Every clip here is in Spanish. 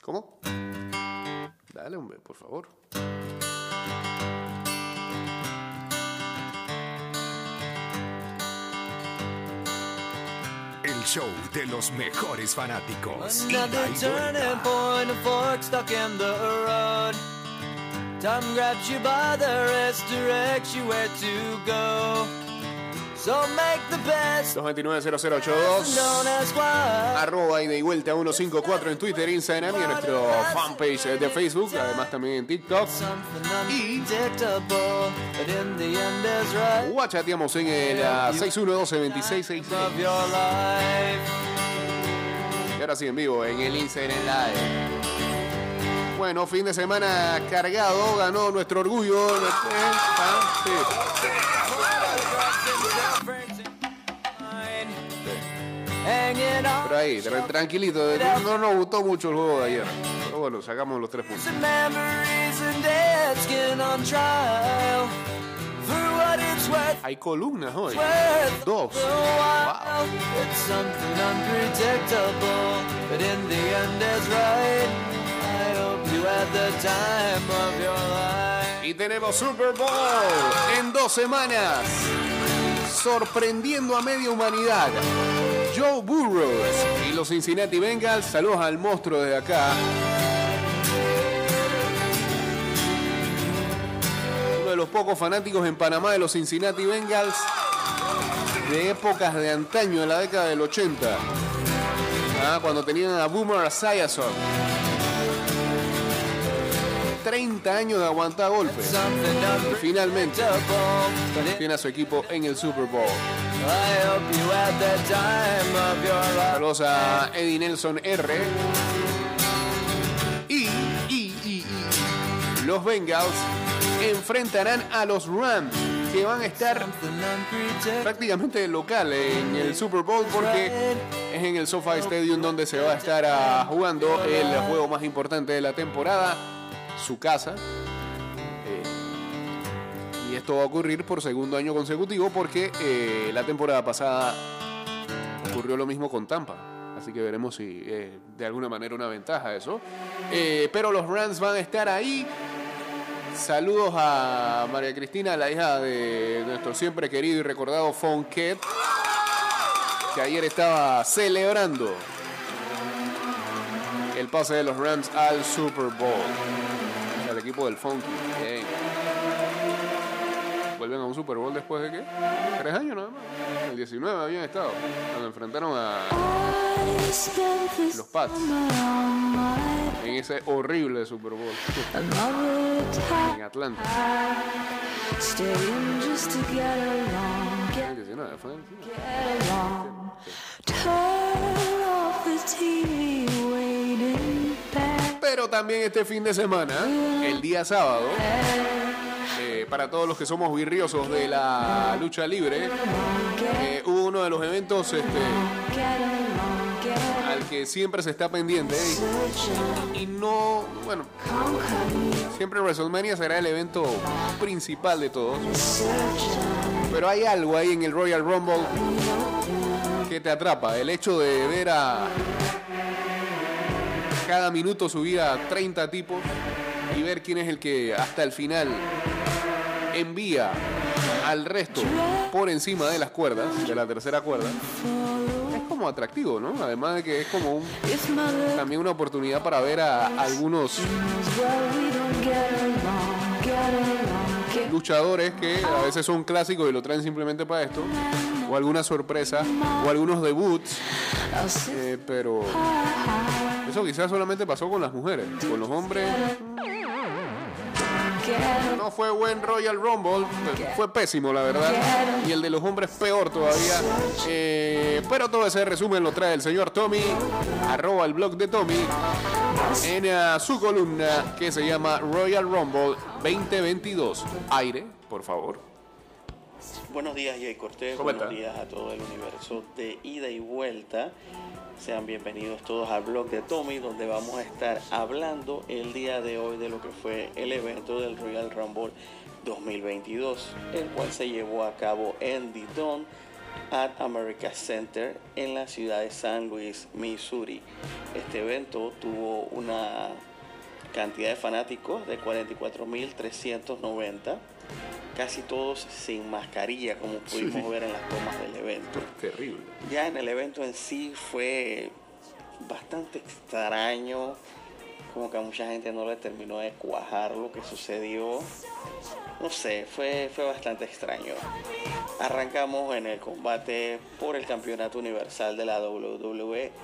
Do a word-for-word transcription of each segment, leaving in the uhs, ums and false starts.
¿Cómo? Dale, hombre, por favor. El show de los mejores fanáticos. Another turning point, a fork stuck in the road. Time grabs you by the wrist, directs you where to go. So make the best. dos veintinueve cero cero ochenta y dos. Don't ask why. Arroba ida y vuelta ciento cincuenta y cuatro en Twitter, Instagram y en nuestro fanpage de Facebook. Además también en TikTok. Something unpredictable, but in the end is right. Guachateamos en el uh, seis uno uno dos, dos seis seis seis. Of your life. Y ahora sí en vivo en el Instagram Live. Bueno, fin de semana cargado, ganó nuestro orgullo. Eh, ah, sí. Pero ahí, tra- tranquilito, no nos gustó mucho el juego de ayer. Pero bueno, sacamos los tres puntos. Hay columnas hoy. Dos. Wow. It's something unpredictable, but in the end is right. I hope you had the time of your life. Y tenemos Super Bowl en dos semanas. Sorprendiendo a media humanidad. Joe Burrow y los Cincinnati Bengals. Saludos al monstruo desde acá. Uno de los pocos fanáticos en Panamá de los Cincinnati Bengals de épocas de antaño, de la década del ochenta. Ah, cuando tenían a Boomer Esiason. treinta años de aguantar golpes. Y finalmente tiene a su equipo en el Super Bowl. Saludos a Eddie Nelson R. Y, y, y, y los Bengals enfrentarán a los Rams, que van a estar prácticamente local en el Super Bowl porque es en el SoFi Stadium donde se va a estar uh, jugando el juego más importante de la temporada, su casa. Eh, y esto va a ocurrir por segundo año consecutivo porque eh, la temporada pasada ocurrió lo mismo con Tampa. Así que veremos si eh, de alguna manera una ventaja eso. Eh, pero los Rams van a estar ahí. Saludos a María Cristina, la hija de nuestro siempre querido y recordado Fonket, que ayer estaba celebrando el pase de los Rams al Super Bowl. El equipo del Funky. Bien. Vuelven a un Super Bowl después de ¿qué? Tres años nada más. El diecinueve habían estado cuando enfrentaron a los Pats en ese horrible Super Bowl en Atlanta. El diecinueve fue el Pero también este fin de semana, el día sábado, eh, para todos los que somos virriosos de la lucha libre, eh, hubo uno de los eventos este, al que siempre se está pendiente y, y no, bueno, siempre WrestleMania será el evento principal de todos, pero hay algo ahí en el Royal Rumble que te atrapa, el hecho de ver a cada minuto subir a treinta tipos y ver quién es el que hasta el final envía al resto por encima de las cuerdas, de la tercera cuerda. Es como atractivo, ¿no? Además de que es como un, también una oportunidad para ver a algunos luchadores que a veces son clásicos y lo traen simplemente para esto, o alguna sorpresa, o algunos debuts, eh, pero eso quizás solamente pasó con las mujeres. Con los hombres no fue buen Royal Rumble, fue pésimo la verdad, y el de los hombres peor todavía, eh, pero todo ese resumen lo trae el señor Tommy, arroba el blog de Tommy, en uh, su columna que se llama Royal Rumble veinte veintidós. Aire, por favor. Buenos días, Jay Cortés. Buenos días a todo el universo de ida y vuelta. Sean bienvenidos todos al blog de Tommy, donde vamos a estar hablando el día de hoy de lo que fue el evento del Royal Rumble dos mil veintidós, el cual se llevó a cabo en The Dome at America Center en la ciudad de San Luis, Missouri. este evento tuvo una cantidad de fanáticos de cuarenta y cuatro mil trescientos noventa, casi todos sin mascarilla, como pudimos sí. ver en las tomas del evento. Terrible. Ya en el evento en sí fue bastante extraño, como que a mucha gente no le terminó de cuajar lo que sucedió. No sé, fue, fue bastante extraño. Arrancamos en el combate por el campeonato universal de la doble u doble u E.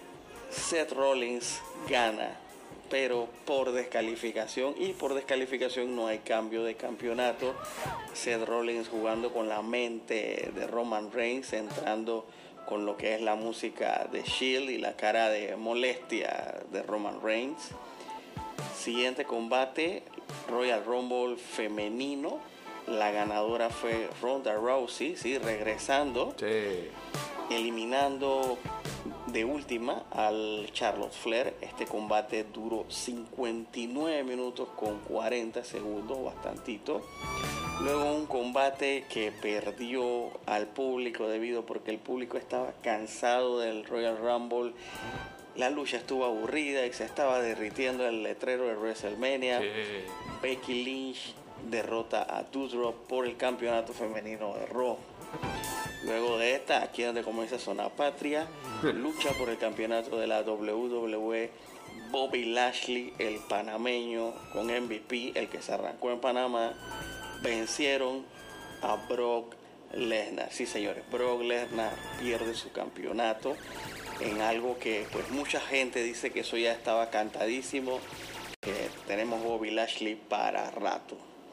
Seth Rollins gana, pero por descalificación, y por descalificación no hay cambio de campeonato. Seth Rollins jugando con la mente de Roman Reigns, entrando con lo que es la música de Shield y la cara de molestia de Roman Reigns. Siguiente combate, Royal Rumble femenino. La ganadora fue Ronda Rousey, sí, regresando, sí. eliminando de última al Charlotte Flair. Este combate duró cincuenta y nueve minutos con cuarenta segundos, bastantito. Luego un combate que perdió al público debido porque el público estaba cansado del Royal Rumble. La lucha estuvo aburrida y se estaba derritiendo el letrero de WrestleMania. Sí. Becky Lynch derrota a Doudrop por el campeonato femenino de Raw. Luego de esta, aquí donde comienza Zona Patria, lucha por el campeonato de la doble u doble u E. Bobby Lashley, el panameño con M V P, el que se arrancó en Panamá, vencieron a Brock Lesnar. Sí, señores, Brock Lesnar pierde su campeonato en algo que pues mucha gente dice que eso ya estaba cantadísimo, que tenemos Bobby Lashley para rato.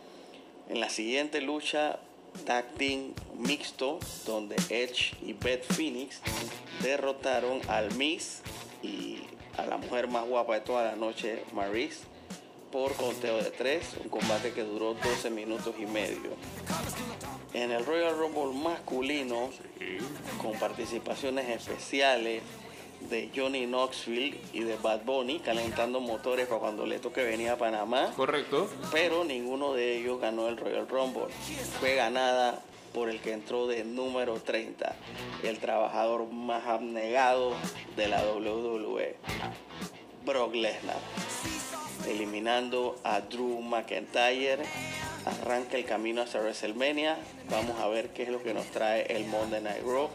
En la siguiente lucha, tag team mixto, donde Edge y Beth Phoenix derrotaron al Miz y a la mujer más guapa de toda la noche, Maryse, por conteo de tres, un combate que duró doce minutos y medio. En el Royal Rumble masculino, con participaciones especiales de Johnny Knoxville y de Bad Bunny, calentando motores para cuando le toque venir a Panamá. Correcto. Pero ninguno de ellos ganó el Royal Rumble. Fue ganada por el que entró de número treinta, el trabajador más abnegado de la doble u doble u E, Brock Lesnar, eliminando a Drew McIntyre. Arranca el camino hacia WrestleMania. Vamos a ver qué es lo que nos trae el Monday Night Raw.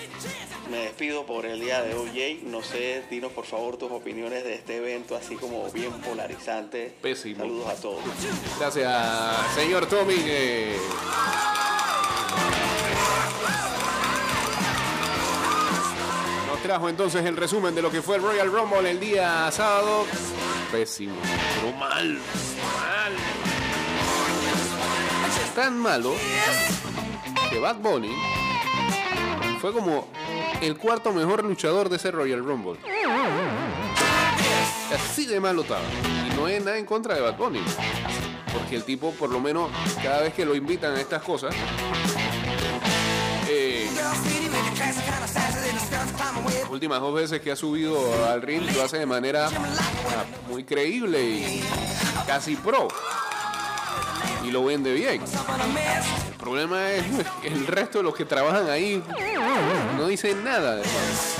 Me despido por el día de hoy, Jay. No sé, dinos por favor tus opiniones de este evento, así como bien polarizante. Pésimo. Saludos a todos. Gracias, señor Tommy. Eh... Nos trajo entonces el resumen de lo que fue el Royal Rumble el día sábado. Pésimo, pero mal, mal. Tan malo que Bad Bunny fue como el cuarto mejor luchador de ese Royal Rumble. Así de malo estaba. Y no es nada en contra de Bad Bunny, porque el tipo, por lo menos, cada vez que lo invitan a estas cosas, eh, las últimas dos veces que ha subido al ring lo hace de manera uh, muy creíble y casi pro. Y lo vende bien. El problema es que el resto de los que trabajan ahí no dicen nada. ¿Ah?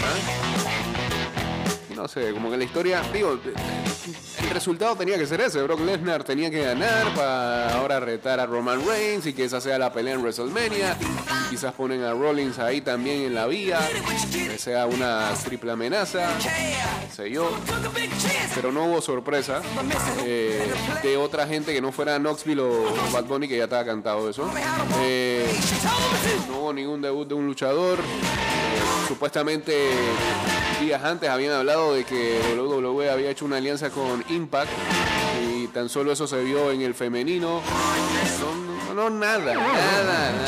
No sé, como que la historia, digo, el resultado tenía que ser ese. Brock Lesnar tenía que ganar para ahora retar a Roman Reigns y que esa sea la pelea en WrestleMania. Quizás ponen a Rollins ahí también en la vía, que sea una triple amenaza, no sé yo. Pero no hubo sorpresa eh, de otra gente que no fuera Knoxville o Bad Bunny, que ya estaba cantado eso. Eh, no hubo ningún debut de un luchador. Eh, supuestamente días antes habían hablado de que doble u doble u E había hecho una alianza con Impact y tan solo eso se vio en el femenino. No, no, no nada, nada, nada.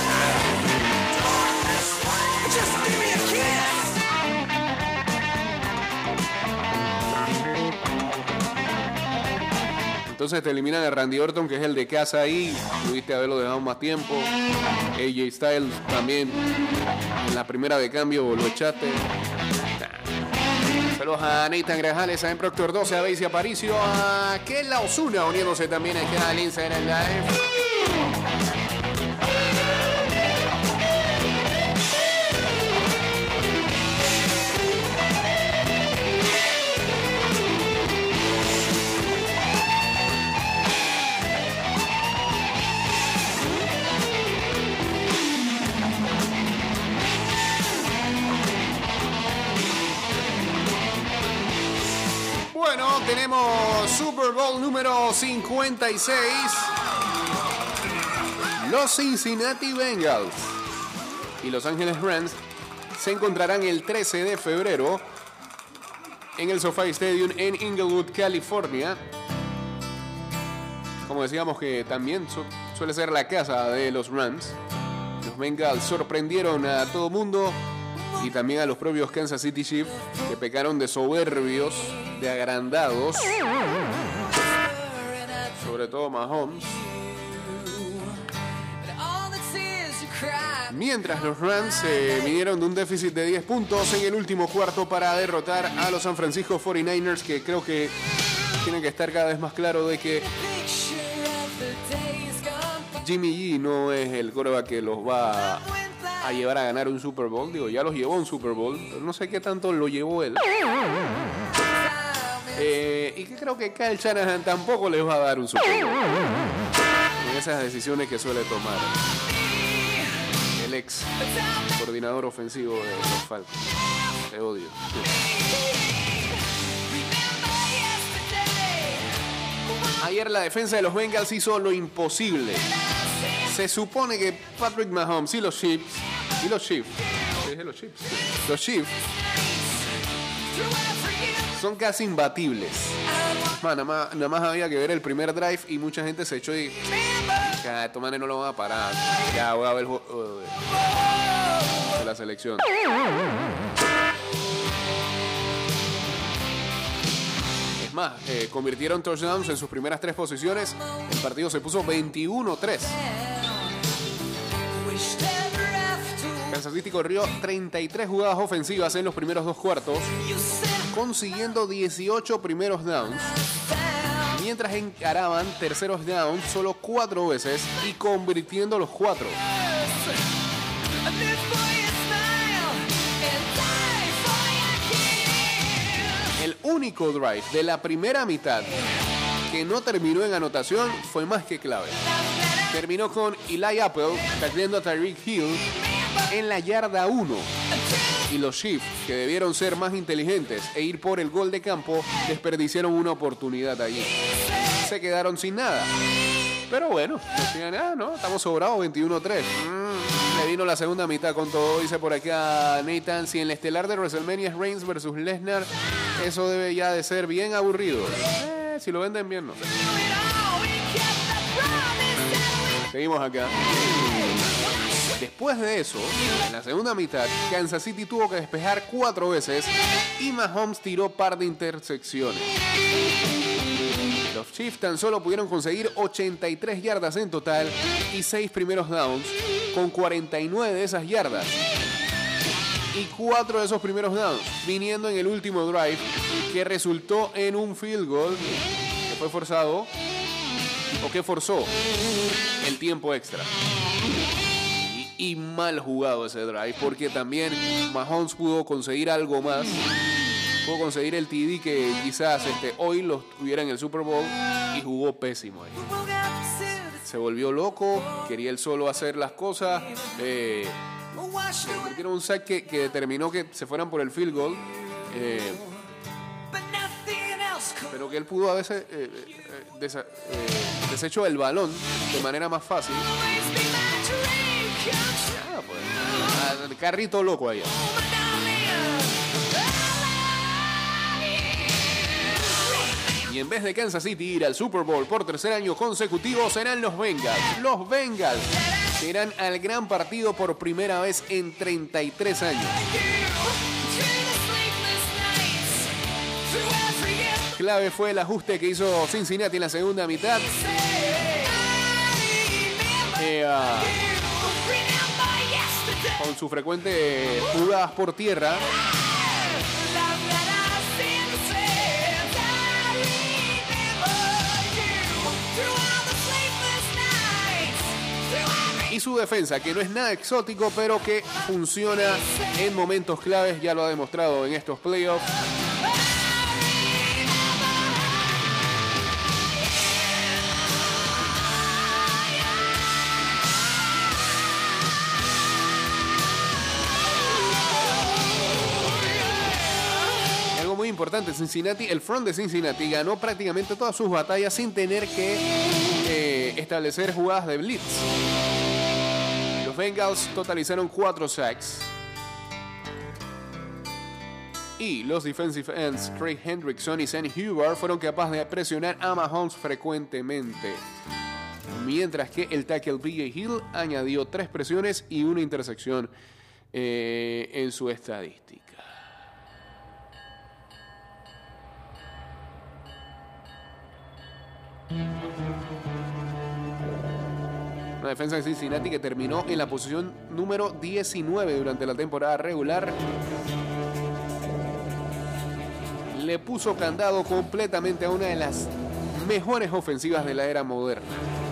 Entonces te eliminan a Randy Orton, que es el de casa ahí. Pudiste haberlo dejado más tiempo. A J Styles también. En la primera de cambio lo echaste. Saludos a Nathan Grajales, a M Proctor doce, a Daisy Aparicio, a Kela Osuna uniéndose también aquí al Instagram Live. bueno, tenemos Super Bowl número cincuenta y seis. Los Cincinnati Bengals y Los Ángeles Rams se encontrarán el trece de febrero en el SoFi Stadium en Inglewood, California. Como decíamos, que también su- suele ser la casa de los Rams. Los Bengals sorprendieron a todo mundo y también a los propios Kansas City Chiefs, que pecaron de soberbios, de agrandados, sobre todo Mahomes. Mientras los Rams eh, vinieron de un déficit de diez puntos en el último cuarto para derrotar a los San Francisco cuarenta y nueve ers, que creo que tienen que estar cada vez más claro de que Jimmy G no es el quarterback que los va a llevar a ganar un Super Bowl. Digo, ya los llevó a un Super Bowl, pero no sé qué tanto lo llevó él. Eh, y que creo que Kyle Shanahan tampoco les va a dar un Super Bowl en esas decisiones que suele tomar el ex coordinador ofensivo de los Falcons. Te odio. Ayer la defensa de los Bengals hizo lo imposible. Se supone que Patrick Mahomes y los Chiefs y los Chiefs, dije los Chiefs, los Chiefs son casi imbatibles. Man, nada más, nada más había que ver el primer drive y mucha gente se echó y ya, estos manes no lo van a parar. Ya voy a ver el juego de la selección. Es más, eh, convirtieron touchdowns en sus primeras tres posiciones. El partido se puso veintiuno tres. Kansas City corrió treinta y tres jugadas ofensivas en los primeros dos cuartos, consiguiendo dieciocho primeros downs, mientras encaraban terceros downs solo cuatro veces y convirtiendo los cuatro. El único drive de la primera mitad que no terminó en anotación fue más que clave. Terminó con Eli Apple tacleando a Tyreek Hill en la yarda uno. Y los Chiefs, que debieron ser más inteligentes e ir por el gol de campo, desperdiciaron una oportunidad allí. Se quedaron sin nada. Pero bueno, decían, ah, no, estamos sobrados, veintiuno tres. Mm, le vino la segunda mitad con todo, dice por acá Nathan. Si en el estelar de WrestleMania es Reigns versus Lesnar, eso debe ya de ser bien aburrido. Eh, si lo venden bien, no sé. Seguimos acá. Después de eso, en la segunda mitad, Kansas City tuvo que despejar cuatro veces y Mahomes tiró par de intersecciones. Los Chiefs tan solo pudieron conseguir ochenta y tres yardas en total y seis primeros downs, con cuarenta y nueve de esas yardas. Y cuatro de esos primeros downs viniendo en el último drive, que resultó en un field goal que fue forzado, o que forzó el tiempo extra. Y mal jugado ese drive, porque también Mahomes pudo conseguir algo más. Pudo conseguir el T D que quizás este, hoy lo tuviera en el Super Bowl, y jugó pésimo ahí. Se volvió loco, quería él solo hacer las cosas. Eh, metieron un sack que, que determinó que se fueran por el field goal. Eh, pero que él pudo a veces eh, eh, desa, eh, deshecho el balón de manera más fácil. Ya, pues, el carrito loco allá. Y en vez de Kansas City ir al Super Bowl por tercer año consecutivo, serán los Bengals. Los Bengals serán al gran partido por primera vez en treinta y tres años. Clave fue el ajuste que hizo Cincinnati en la segunda mitad. Eh, uh, con su frecuente jugadas por tierra. Y su defensa, que no es nada exótico, pero que funciona en momentos claves, ya lo ha demostrado en estos playoffs. importante, Cincinnati, el front de Cincinnati ganó prácticamente todas sus batallas sin tener que eh, establecer jugadas de blitz. Los Bengals totalizaron cuatro sacks. Y los defensive ends Trey Hendrickson y Sam Hubbard fueron capaces de presionar a Mahomes frecuentemente. Mientras que el tackle B J Hill añadió tres presiones y una intersección eh, en su estadística. Una defensa de Cincinnati que terminó en la posición número diecinueve durante la temporada regular. Le puso candado completamente a una de las mejores ofensivas de la era moderna.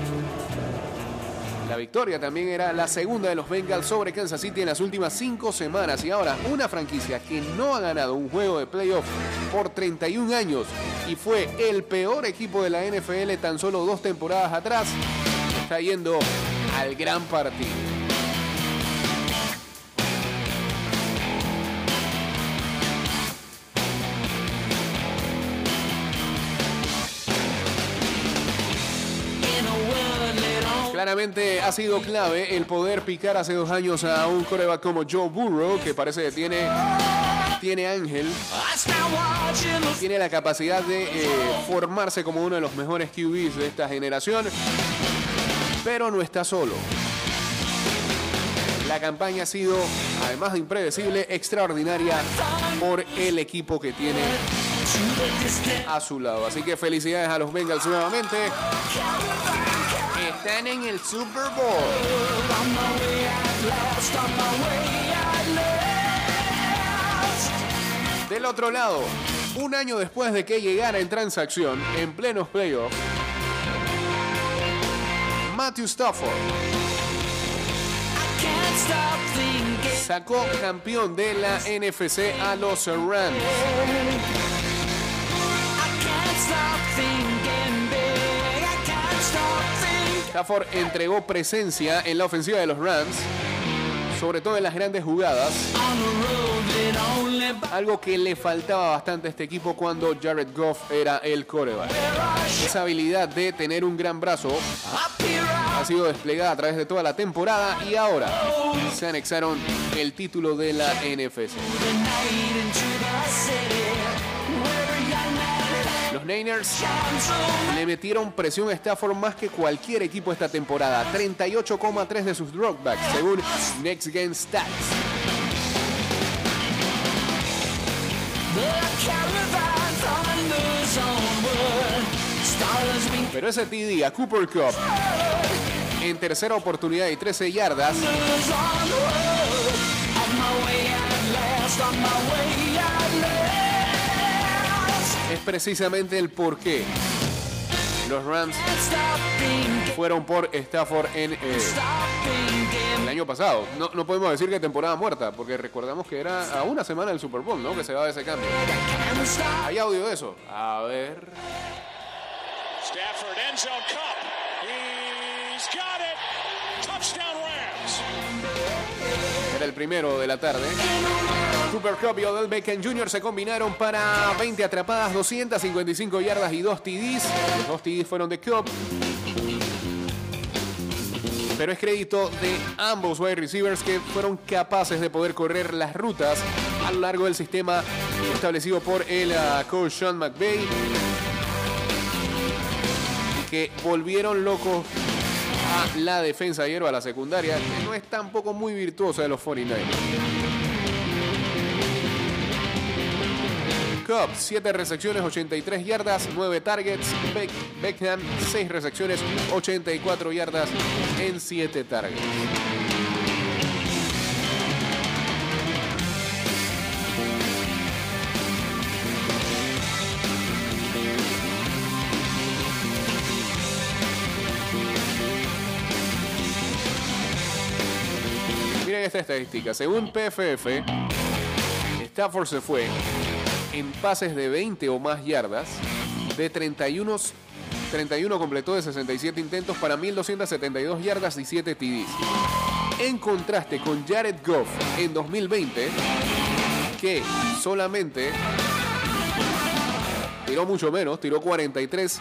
La victoria también era la segunda de los Bengals sobre Kansas City en las últimas cinco semanas. Y ahora una franquicia que no ha ganado un juego de playoff por treinta y un años y fue el peor equipo de la N F L tan solo dos temporadas atrás, está yendo al gran partido. Claramente ha sido clave el poder picar hace dos años a un quarterback como Joe Burrow, que parece que tiene, tiene ángel, tiene la capacidad de eh, formarse como uno de los mejores Q Bs de esta generación, pero no está solo. La campaña ha sido, además de impredecible, extraordinaria por el equipo que tiene a su lado. Así que felicidades a los Bengals nuevamente. Están en el Super Bowl. Del otro lado, un año después de que llegara en transacción, en plenos playoffs, Matthew Stafford sacó campeón de la N F C a los Rams. Stafford entregó presencia en la ofensiva de los Rams, sobre todo en las grandes jugadas, algo que le faltaba bastante a este equipo cuando Jared Goff era el quarterback. Esa habilidad de tener un gran brazo ha sido desplegada a través de toda la temporada y ahora se anexaron el título de la N F C. Los Niners le metieron presión a Stafford más que cualquier equipo esta temporada. treinta y ocho coma tres de sus dropbacks, según Next Gen Stats. Pero ese T D a Cooper Kupp en tercera oportunidad y trece yardas es precisamente el por qué los Rams fueron por Stafford en eh, el año pasado. No, no podemos decir que temporada muerta, porque recordamos que era a una semana del Super Bowl, ¿no? Que se daba ese cambio. ¿Hay audio de eso? A ver. Stafford, end zone, Kupp. He's got it. Touchdown Rams. Era el primero de la tarde. Cooper Kupp y Odell Beckham junior se combinaron para veinte atrapadas, doscientas cincuenta y cinco yardas y dos T Ds. Los dos T Ds fueron de Kupp. Pero es crédito de ambos wide receivers que fueron capaces de poder correr las rutas a lo largo del sistema establecido por el uh, coach Sean McVay, que volvieron locos a la defensa ayer o a la secundaria, que no es tampoco muy virtuosa de los cuarenta y nueve ers. Kupp, siete recepciones, ochenta y tres yardas, nueve targets. Beck, Beckham, seis recepciones, ochenta y cuatro yardas en siete targets. Miren esta estadística. Según P F F, Stafford se fue en pases de veinte o más yardas, de treinta y uno, treinta y uno completó de sesenta y siete intentos para mil doscientas setenta y dos yardas y siete T Ds. En contraste con Jared Goff en dos mil veinte, que solamente tiró mucho menos, tiró cuarenta y tres.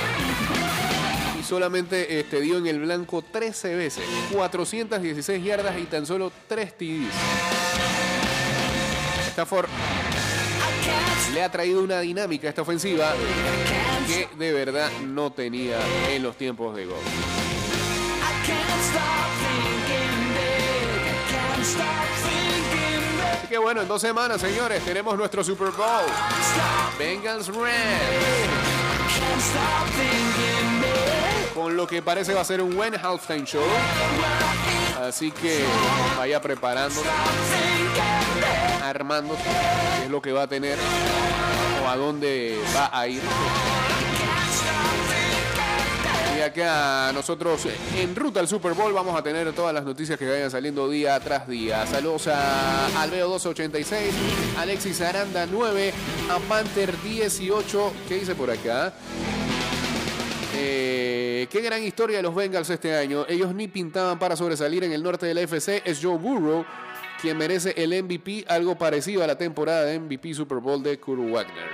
Y solamente este, dio en el blanco trece veces, cuatrocientas dieciséis yardas y tan solo tres T Ds. Stafford le ha traído una dinámica a esta ofensiva que de verdad no tenía en los tiempos de Goff. Así que bueno, en dos semanas, señores, tenemos nuestro Super Bowl. Bengals Rams. Con lo que parece va a ser un buen halftime show. Así que vaya preparándose, armándose, qué es lo que va a tener o a dónde va a ir. Y acá nosotros en ruta al Super Bowl vamos a tener todas las noticias que vayan saliendo día tras día. Saludos a Alveo doce ochenta y seis, Alexis Aranda nueve, a Panther dieciocho. ¿Qué dice por acá? Eh, qué gran historia de los Bengals este año. Ellos ni pintaban para sobresalir en el norte de la A F C. Es Joe Burrow quien merece el M V P, algo parecido a la temporada de M V P Super Bowl de Kurt Wagner.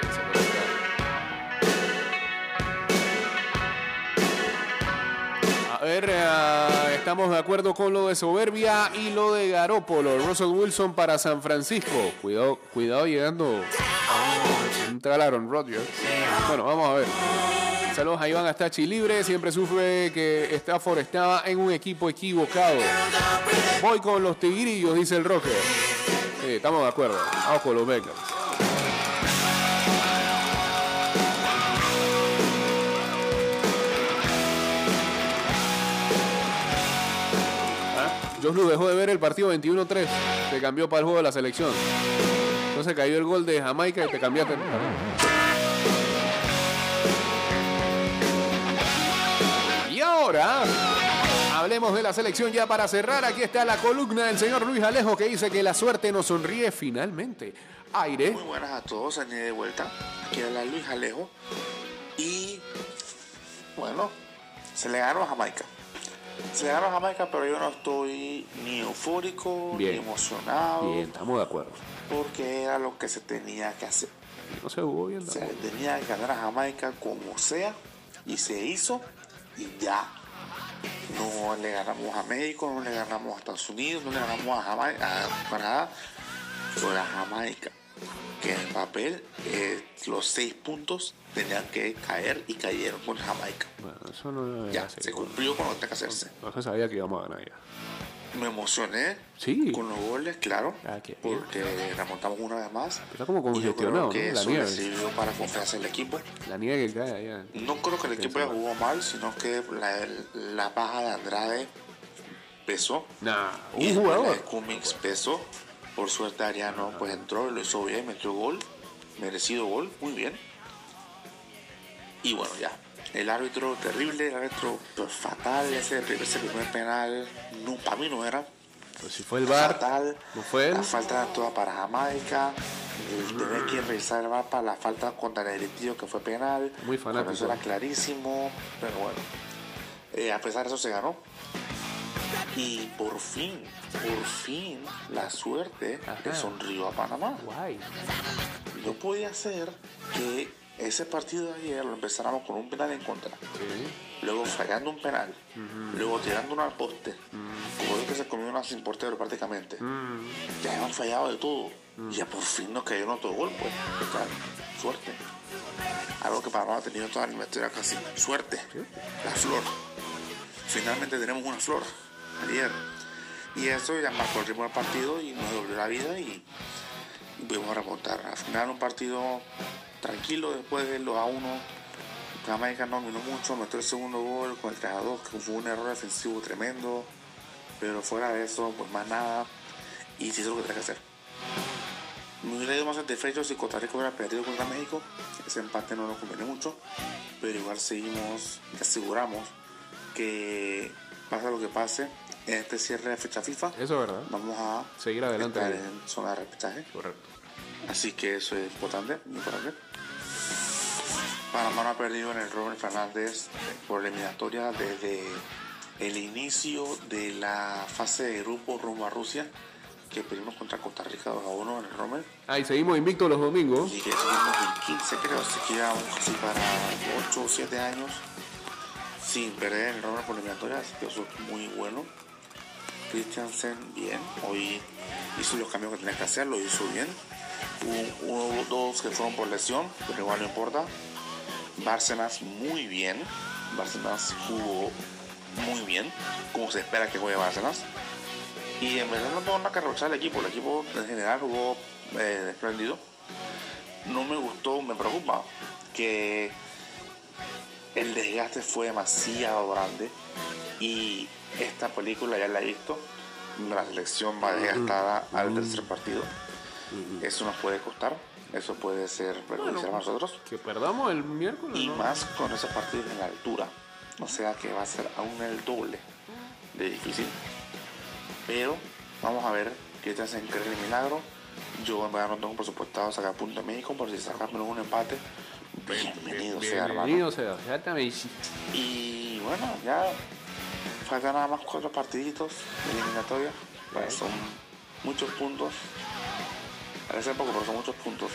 A ver, uh, estamos de acuerdo con lo de soberbia y lo de Garoppolo. Russell Wilson para San Francisco. Cuidado, cuidado llegando. Entra Aaron Rodgers. Bueno, vamos a ver. Saludos a Iván Astachi libre. Siempre sufre que Stafford estaba en un equipo equivocado. Voy con los tigrillos, dice el Roque. Sí, estamos de acuerdo. Vamos con los Bengals. Josh Lu dejó de ver el partido veintiuno tres. Se cambió para el juego de la selección. Entonces cayó el gol de Jamaica y te cambiaste. Y ahora hablemos de la selección ya para cerrar. Aquí está la columna del señor Luis Alejo que dice que la suerte nos sonríe finalmente. Aire. Muy buenas a todos, Ani de vuelta. Aquí habla Luis Alejo. Y bueno, se le ganó a Jamaica. Se ganó a Jamaica, pero yo no estoy ni eufórico, Bien. ni emocionado. Bien, estamos de acuerdo. Porque era lo que se tenía que hacer. No se jugó bien. Se tenía que ganar a Jamaica como sea. Y se hizo. Y ya. No le ganamos a México, no le ganamos a Estados Unidos, no le ganamos a Jamaica, a Canadá. Fue a Jamaica. Que en el papel eh, los seis puntos tenían que caer y cayeron con Jamaica. Bueno, eso no Ya, se cumplió con lo que tenía que hacerse. No se sabía que íbamos a ganar ya. Me emocioné Sí. con los goles, claro, Ah, qué bien. porque remontamos una vez más. Está como Y yo creo congestionado, que ¿no? La eso le nieve. sirvió para confianza del equipo. La nieve que cae allá. No creo que el equipo haya jugado mal, sino que la, la baja de Andrade pesó. Nah, Y un después la jugador. de Cummings pesó. Por suerte Ariano pues entró y lo hizo bien, metió gol. Merecido gol, muy bien. Y bueno, ya. El árbitro terrible, el árbitro pues, fatal, ese, ese primer penal, no, para mí no era. Pues si fue el V A R, Fatal, ¿no fue él? la falta era toda para Jamaica, el tener que revisar el V A R para la falta contra el Eriteo que fue penal. Muy fanático. Bueno, eso era clarísimo, pero bueno. Eh, a pesar de eso se ganó. Y por fin, por fin, la suerte Ajá. le sonrió a Panamá. Guay. No podía ser que ese partido de ayer lo empezáramos con un penal en contra, Sí. luego fallando un penal, luego tirando uno al poste, Mm. como yo que se comió una sin portero prácticamente. Mm. Ya hemos fallado de todo y ya por fin nos cayó otro gol, pues. Claro, suerte. Algo que Panamá ha tenido toda la historia casi. Suerte. La flor. Finalmente tenemos una flor ayer. Y eso ya marcó el ritmo del partido y nos dobló la vida y, y pudimos remontar. Al final un partido tranquilo después del dos a uno. Jamaica no dominó mucho, metió el segundo gol con el tres a dos, que fue un error defensivo tremendo. Pero fuera de eso, pues más nada. Y se hizo lo que tenía que hacer. Me hubiera ido más satisfecho si Costa Rica hubiera perdido contra México. Ese empate no nos conviene mucho. Pero igual seguimos, aseguramos que pase lo que pase en este cierre de fecha FIFA. Eso es verdad. Vamos a Seguir adelante. estar en zona de repechaje. Correcto. Así que eso es importante, muy importante. Panamá no ha perdido en el Robert Fernández por la eliminatoria desde el inicio de la fase de grupo rumbo a Rusia, que perdimos contra Costa Rica dos a uno en el Rommel. Ah, y seguimos invictos los domingos. Y que seguimos en quince, creo, así que llevamos casi para ocho o siete años sin perder en el Rommel por eliminatoria, así que eso es muy bueno. Christiansen, bien, hoy hizo los cambios que tenía que hacer, lo hizo bien. Hubo uno o dos que fueron por lesión, pero igual no importa. Bárcenas, muy bien. Bárcenas jugó muy bien, como se espera que juegue Bárcenas. Y en verdad no tengo nada que reprochar al equipo. El equipo en general jugó eh, espléndido. No me gustó, me preocupa que el desgaste fue demasiado grande. Y esta película ya la he visto. La selección va desgastada al tercer partido. Eso nos puede costar. Eso puede ser perjudicial bueno, a nosotros. Que perdamos el miércoles. Y ¿no? más con esos partidos en la altura. O sea que va a ser aún el doble de difícil. Pero vamos a ver qué te hacen creer el milagro. Yo en verdad no tengo presupuestado sacar punto de México, pero si sacamos un empate, bienvenido Bien, sea, hermano. Bienvenido sea, exactamente. Y bueno, ya faltan nada más cuatro partiditos de eliminatoria. Bueno, son muchos puntos. Parece poco, pero son muchos puntos.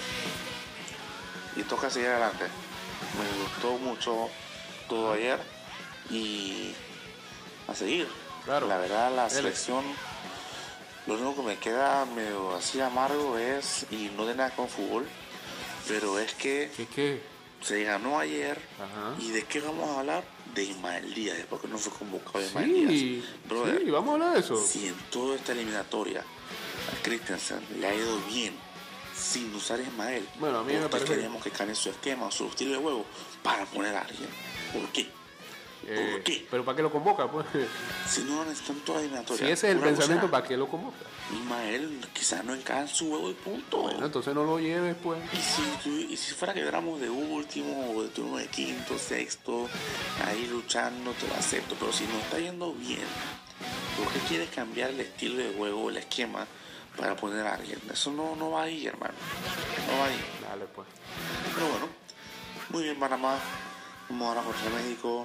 Y toca seguir adelante. Me gustó mucho todo ayer. Y a seguir. Claro. La verdad, la selección, lo único que me queda medio así amargo es, y no de nada con fútbol, pero es que ¿Qué qué? se ganó ayer. Ajá. ¿Y de qué vamos a hablar? De Ismael Díaz, porque no fue convocado Ismael Sí, Díaz. Brother, sí, vamos a hablar de eso. si en toda esta eliminatoria a Christensen le ha ido bien sin usar a Ismael, Bueno, a mí me ¿por qué parece- queremos que cambie su esquema o su estilo de juego para poner a alguien? ¿Por qué? Eh, ¿Por qué? ¿Pero para qué lo convoca? Pues? Si no lo necesitan toda la eliminatoria. Si ese es el Una pensamiento, cosa, ¿para qué lo convoca? Ismael quizás no encaja en su juego y punto. Bueno, entonces no lo lleves, pues. Y si, tu- y si fuera que éramos de último o de turno de quinto, sexto, ahí luchando, te lo acepto. Pero si no está yendo bien, ¿por qué quieres cambiar el estilo de juego, el esquema, para poner a alguien? Eso no, no va ahí, hermano. No va ahí. Dale, pues. Pero bueno, muy bien Panamá. Vamos ahora contra México.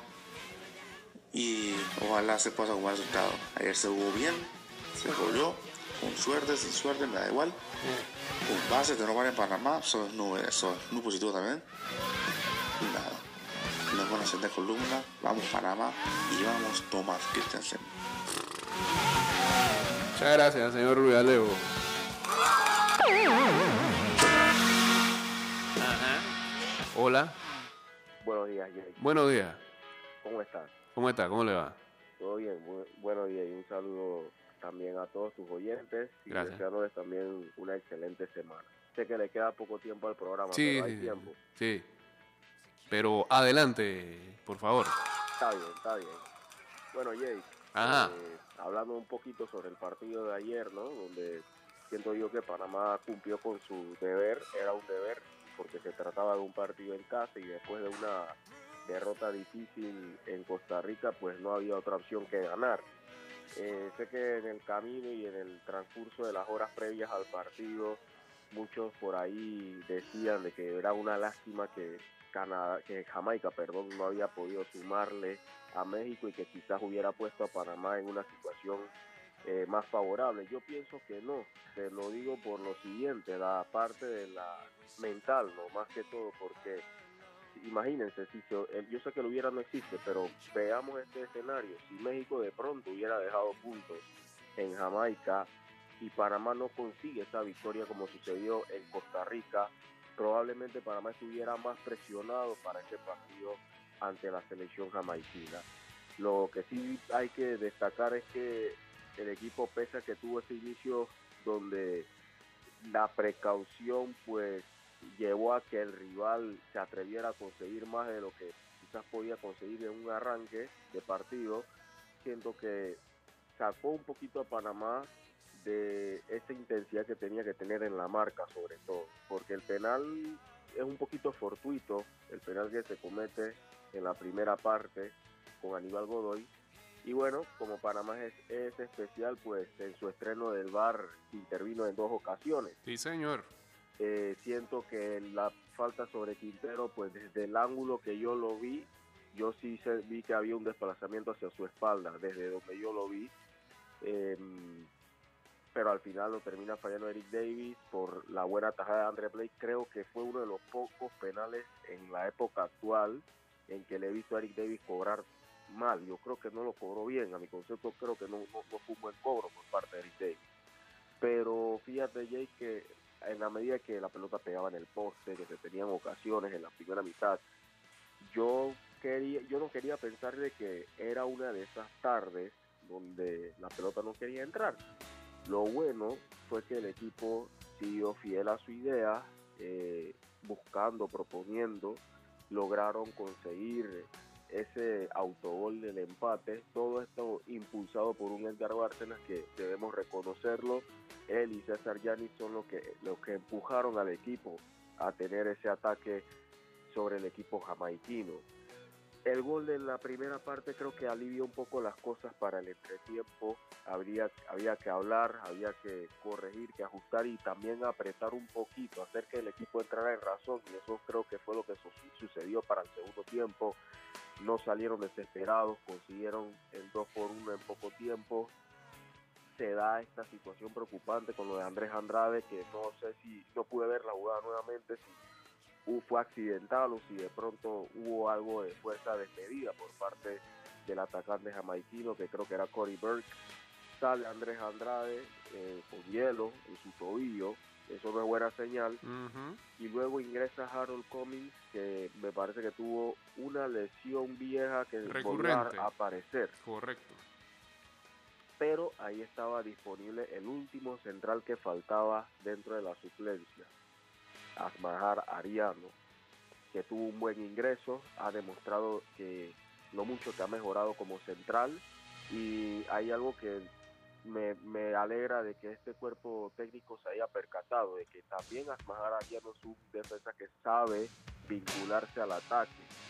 Y ojalá se pueda jugar el resultado. Ayer se jugó bien, se goleó, con suerte, sin suerte, me da igual. Con base de no jugar en Panamá, eso es, no, eso es muy positivo también. Y nada, nos van a hacer de columna, vamos Panamá y vamos Tomás Christensen. Muchas gracias, señor Rubialeo. Hola, Buenos días, Jay. buenos días. ¿Cómo estás? ¿Cómo está? ¿Cómo le va? Todo bien. Bu- buenos días y un saludo también a todos tus oyentes y Gracias. deseándoles también una excelente semana. Sé que le queda poco tiempo al programa, Sí, pero hay sí, sí, tiempo. sí. Pero adelante, por favor. Está bien, está bien. Bueno, Jay, Ajá. eh, hablando un poquito sobre el partido de ayer, ¿no? Donde siento yo que Panamá cumplió con su deber, era un deber, porque se trataba de un partido en casa y después de una derrota difícil en Costa Rica, pues no había otra opción que ganar. Eh, sé que en el camino y en el transcurso de las horas previas al partido, muchos por ahí decían de que era una lástima que, Canadá, que Jamaica perdón, no había podido sumarle a México y que quizás hubiera puesto a Panamá en una situación eh, más favorable. Yo pienso que no, te lo digo por lo siguiente, la parte de la mental, no más que todo, porque imagínense, si se, el, yo sé que lo hubiera no existe, pero veamos este escenario, si México de pronto hubiera dejado puntos en Jamaica y Panamá no consigue esa victoria como sucedió en Costa Rica, probablemente Panamá estuviera más presionado para este partido ante la selección jamaiquina. Lo que sí hay que destacar es que el equipo, pese a que tuvo ese inicio donde la precaución pues llevó a que el rival se atreviera a conseguir más de lo que quizás podía conseguir en un arranque de partido, siento que sacó un poquito a Panamá de esa intensidad que tenía que tener en la marca, sobre todo, porque el penal es un poquito fortuito, el penal que se comete en la primera parte con Aníbal Godoy, y bueno, como Panamá es, es especial, pues en su estreno del V A R intervino en dos ocasiones. Sí, señor. Eh, siento que la falta sobre Quintero, pues desde el ángulo que yo lo vi, yo sí se, vi que había un desplazamiento hacia su espalda, desde donde yo lo vi. Eh, pero al final lo termina fallando Eric Davis por la buena tajada de Andre Blake. Creo que fue uno de los pocos penales en la época actual en que le he visto a Eric Davis cobrar mal. Yo creo que no lo cobró bien, a mi concepto creo que no, no, no fue un buen cobro por parte de Eric Davis. Pero fíjate, Jay, que en la medida que la pelota pegaba en el poste, que se tenían ocasiones en la primera mitad, yo quería, yo no quería pensar de que era una de esas tardes donde la pelota no quería entrar. Lo bueno fue que el equipo siguió fiel a su idea, eh, buscando, proponiendo, lograron conseguir ese autogol del empate, todo esto impulsado por un Edgar Bárcenas que debemos reconocerlo. Él y César Yanis son los que, los que empujaron al equipo a tener ese ataque sobre el equipo jamaiquino. El gol de la primera parte creo que alivia un poco las cosas para el entretiempo. Habría, había que hablar, había que corregir, que ajustar y también apretar un poquito, hacer que el equipo entrara en razón, y eso creo que fue lo que su- sucedió para el segundo tiempo. No salieron desesperados, consiguieron el dos por uno en poco tiempo. Se da esta situación preocupante con lo de Andrés Andrade, que no sé si, no pude ver la jugada nuevamente, si fue accidental o si de pronto hubo algo de fuerza desmedida por parte del atacante jamaiquino, que creo que era Corey Burke. Sale Andrés Andrade eh, con hielo en su tobillo, eso no es buena señal. Uh-huh. Y luego ingresa Harold Cummings, que me parece que tuvo una lesión vieja que volvió Recurrente. a aparecer. Correcto. Pero ahí estaba disponible el último central que faltaba dentro de la suplencia, Asmahar Ariano, que tuvo un buen ingreso, ha demostrado que lo mucho que ha mejorado como central, y hay algo que me, me alegra de que este cuerpo técnico se haya percatado, de que también Asmahar Ariano es un defensa que sabe vincularse al ataque,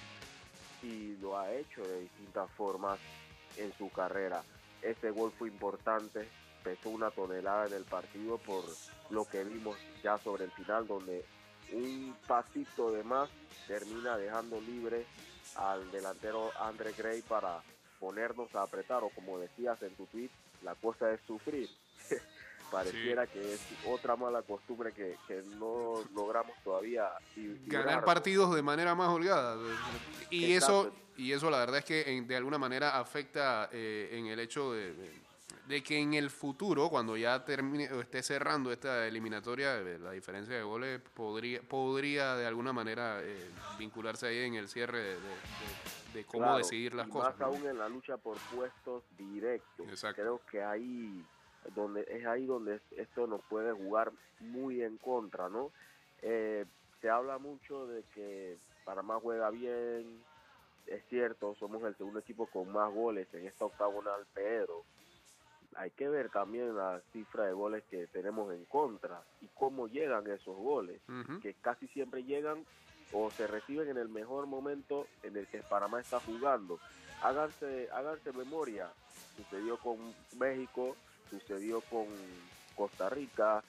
y lo ha hecho de distintas formas en su carrera. Ese gol fue importante, pesó una tonelada en el partido por lo que vimos ya sobre el final, donde un pasito de más termina dejando libre al delantero Andre Gray para ponernos a apretar, o como decías en tu tweet, la cosa es sufrir. Pareciera sí. que es otra mala costumbre que, que no logramos todavía ganar librarnos. Partidos de manera más holgada, y Exacto. eso y eso la verdad es que en, de alguna manera afecta eh, en el hecho de, de, de que en el futuro, cuando ya termine o esté cerrando esta eliminatoria, la diferencia de goles podría podría de alguna manera eh, vincularse ahí en el cierre de, de, de, de cómo claro, decidir las y cosas. Más ¿no? aún en la lucha por puestos directos. Exacto. Creo que ahí donde es ahí donde esto nos puede jugar muy en contra, ¿no? Eh, se habla mucho de que Panamá juega bien, es cierto, somos el segundo equipo con más goles en esta octagonal, pero hay que ver también la cifra de goles que tenemos en contra y cómo llegan esos goles, uh-huh. que casi siempre llegan o se reciben en el mejor momento en el que Panamá está jugando. Háganse, háganse memoria, sucedió con México, sucedió con Costa Rica,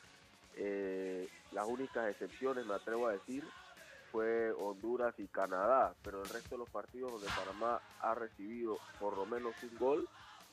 eh, las únicas excepciones, me atrevo a decir, fue Honduras y Canadá, pero el resto de los partidos donde Panamá ha recibido por lo menos un gol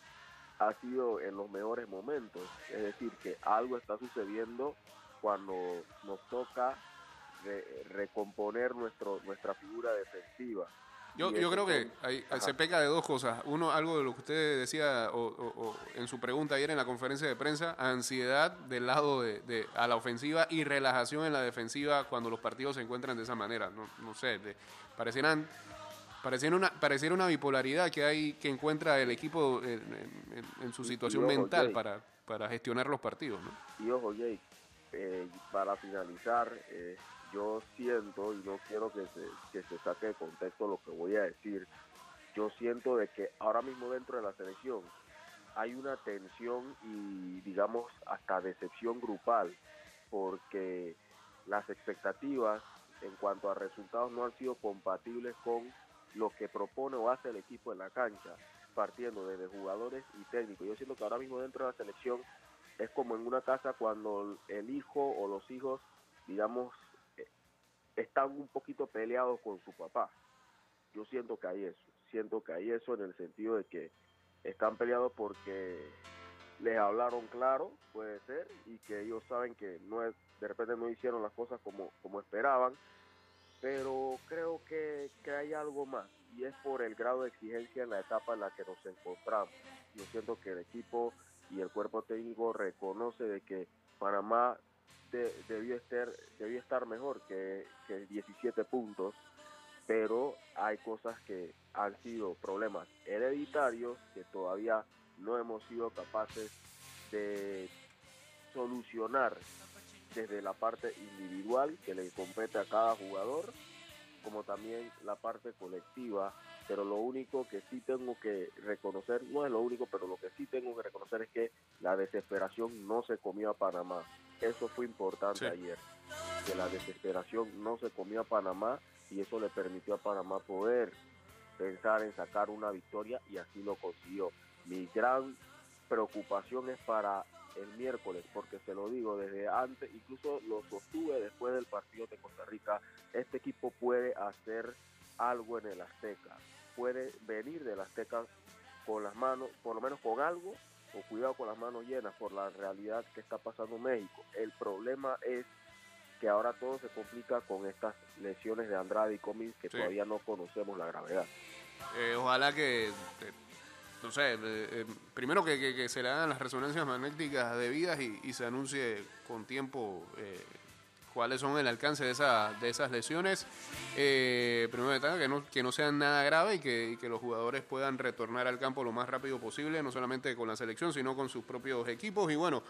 ha sido en los mejores momentos, es decir, que algo está sucediendo cuando nos toca re- recomponer nuestro nuestra figura defensiva. Yo, yo creo que hay, se peca de dos cosas. Uno, algo de lo que usted decía o, o, o en su pregunta ayer en la conferencia de prensa, ansiedad del lado de, de a la ofensiva y relajación en la defensiva cuando los partidos se encuentran de esa manera. No, no sé, de, parecieran, pareciera una, pareciera una bipolaridad que hay que encuentra el equipo en, en, en su situación y, y ojo, mental Jake, para, para gestionar los partidos, ¿no? Y ojo, Jake, eh, para finalizar, eh, yo siento, y no quiero que se, que se saque de contexto lo que voy a decir, yo siento de que ahora mismo dentro de la selección hay una tensión y digamos hasta decepción grupal, porque las expectativas en cuanto a resultados no han sido compatibles con lo que propone o hace el equipo en la cancha, partiendo desde jugadores y técnicos. Yo siento que ahora mismo dentro de la selección es como en una casa cuando el hijo o los hijos, digamos, están un poquito peleados con su papá. Yo siento que hay eso, siento que hay eso en el sentido de que están peleados porque les hablaron claro, puede ser, y que ellos saben que no es, de repente no hicieron las cosas como, como esperaban, pero creo que, que hay algo más, y es por el grado de exigencia en la etapa en la que nos encontramos. Yo siento que el equipo y el cuerpo técnico reconoce de que Panamá de, debió, estar, debió estar mejor que, que diecisiete puntos, pero hay cosas que han sido problemas hereditarios que todavía no hemos sido capaces de solucionar desde la parte individual que le compete a cada jugador, como también la parte colectiva. Pero lo único que sí tengo que reconocer, no es lo único, pero lo que sí tengo que reconocer es que la desesperación no se comió a Panamá. Eso fue importante sí. ayer, que la desesperación no se comió a Panamá, y eso le permitió a Panamá poder pensar en sacar una victoria, y así lo consiguió. Mi gran preocupación es para el miércoles, porque se lo digo desde antes, incluso lo sostuve después del partido de Costa Rica, este equipo puede hacer algo en el Azteca, puede venir del Azteca con las manos, por lo menos con algo, o cuidado con las manos llenas por la realidad que está pasando en México. El problema es que ahora todo se complica con estas lesiones de Andrade y Cummins, que sí. todavía no conocemos la gravedad. Eh, ojalá que, eh, no sé, eh, eh, primero que, que, que se le hagan las resonancias magnéticas debidas y, y se anuncie con tiempo eh, cuáles son el alcance de, esa, de esas lesiones. Eh, primero de todo, que no, que no sean nada grave y que, y que los jugadores puedan retornar al campo lo más rápido posible, no solamente con la selección, sino con sus propios equipos. Y bueno,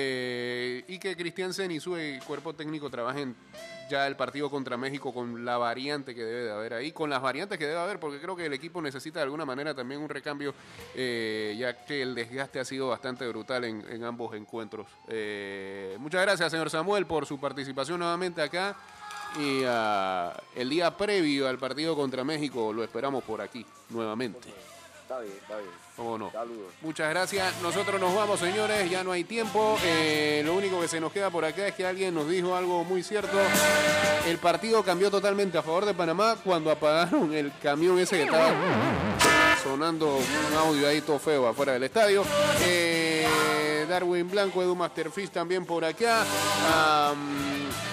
eh, y que Christiansen y su cuerpo técnico trabajen ya el partido contra México con la variante que debe de haber ahí, con las variantes que debe haber, porque creo que el equipo necesita de alguna manera también un recambio, eh, ya que el desgaste ha sido bastante brutal en, en ambos encuentros. Eh, muchas gracias, señor Samuel, por su participación nuevamente acá, y uh, el día previo al partido contra México lo esperamos por aquí nuevamente. Está bien, está bien. ¿Cómo no? Saludos. Muchas gracias. Nosotros nos vamos, señores. Ya no hay tiempo. Eh, lo único que se nos queda por acá es que alguien nos dijo algo muy cierto. El partido cambió totalmente a favor de Panamá cuando apagaron el camión ese que estaba sonando un audio ahí todo feo afuera del estadio. Eh, Darwin Blanco, Edu Masterfish también por acá. Um,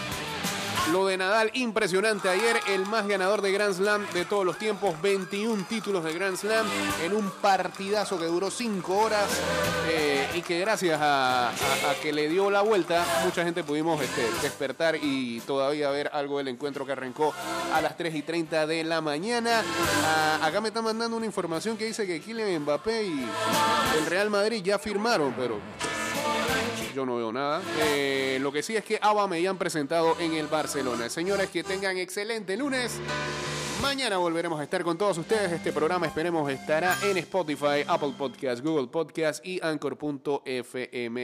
Lo de Nadal, impresionante ayer, el más ganador de Grand Slam de todos los tiempos, veintiún títulos de Grand Slam en un partidazo que duró cinco horas eh, y que gracias a, a, a que le dio la vuelta, mucha gente pudimos este, despertar y todavía ver algo del encuentro que arrancó a las tres y treinta de la mañana. Ah, acá me está mandando una información que dice que Kylian Mbappé y el Real Madrid ya firmaron, pero yo no veo nada. Eh, lo que sí es que Aubameyang presentado en el Barcelona. Señores, que tengan excelente lunes. Mañana volveremos a estar con todos ustedes. Este programa, esperemos, estará en Spotify, Apple Podcast, Google Podcast y Anchor punto f m.